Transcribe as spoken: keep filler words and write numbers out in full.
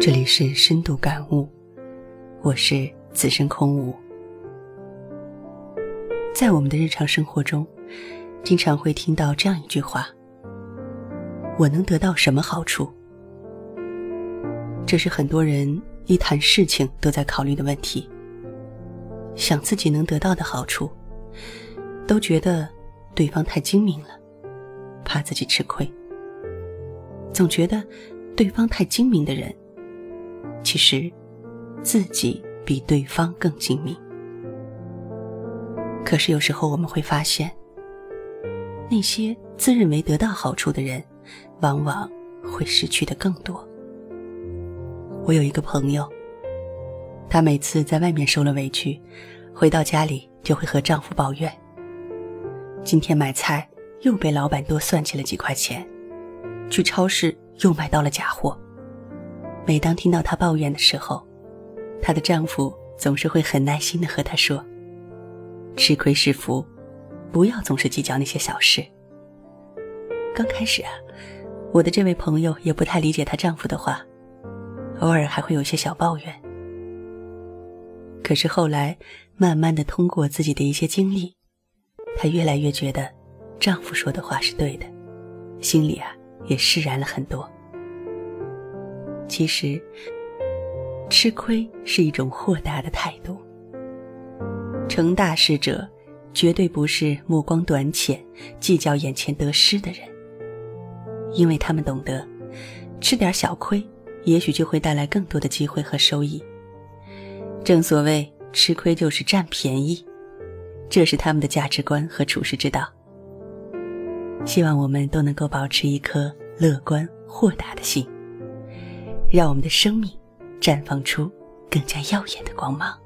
这里是深度感悟，我是此生空无。在我们的日常生活中，经常会听到这样一句话：我能得到什么好处？这是很多人一谈事情都在考虑的问题。想自己能得到的好处，都觉得对方太精明了，怕自己吃亏。总觉得对方太精明的人，其实自己比对方更精明。可是有时候我们会发现，那些自认为得到好处的人，往往会失去的更多。我有一个朋友，她每次在外面受了委屈，回到家里就会和丈夫抱怨，今天买菜又被老板多算计了几块钱，去超市又买到了假货。每当听到她抱怨的时候，她的丈夫总是会很耐心地和她说，吃亏是福，不要总是计较那些小事。刚开始啊，我的这位朋友也不太理解她丈夫的话，偶尔还会有些小抱怨。可是后来慢慢地通过自己的一些经历，她越来越觉得丈夫说的话是对的，心里啊也释然了很多。其实吃亏是一种豁达的态度。成大事者绝对不是目光短浅，计较眼前得失的人，因为他们懂得吃点小亏也许就会带来更多的机会和收益。正所谓吃亏就是占便宜，这是他们的价值观和处世之道。希望我们都能够保持一颗乐观豁达的心，让我们的生命绽放出更加耀眼的光芒。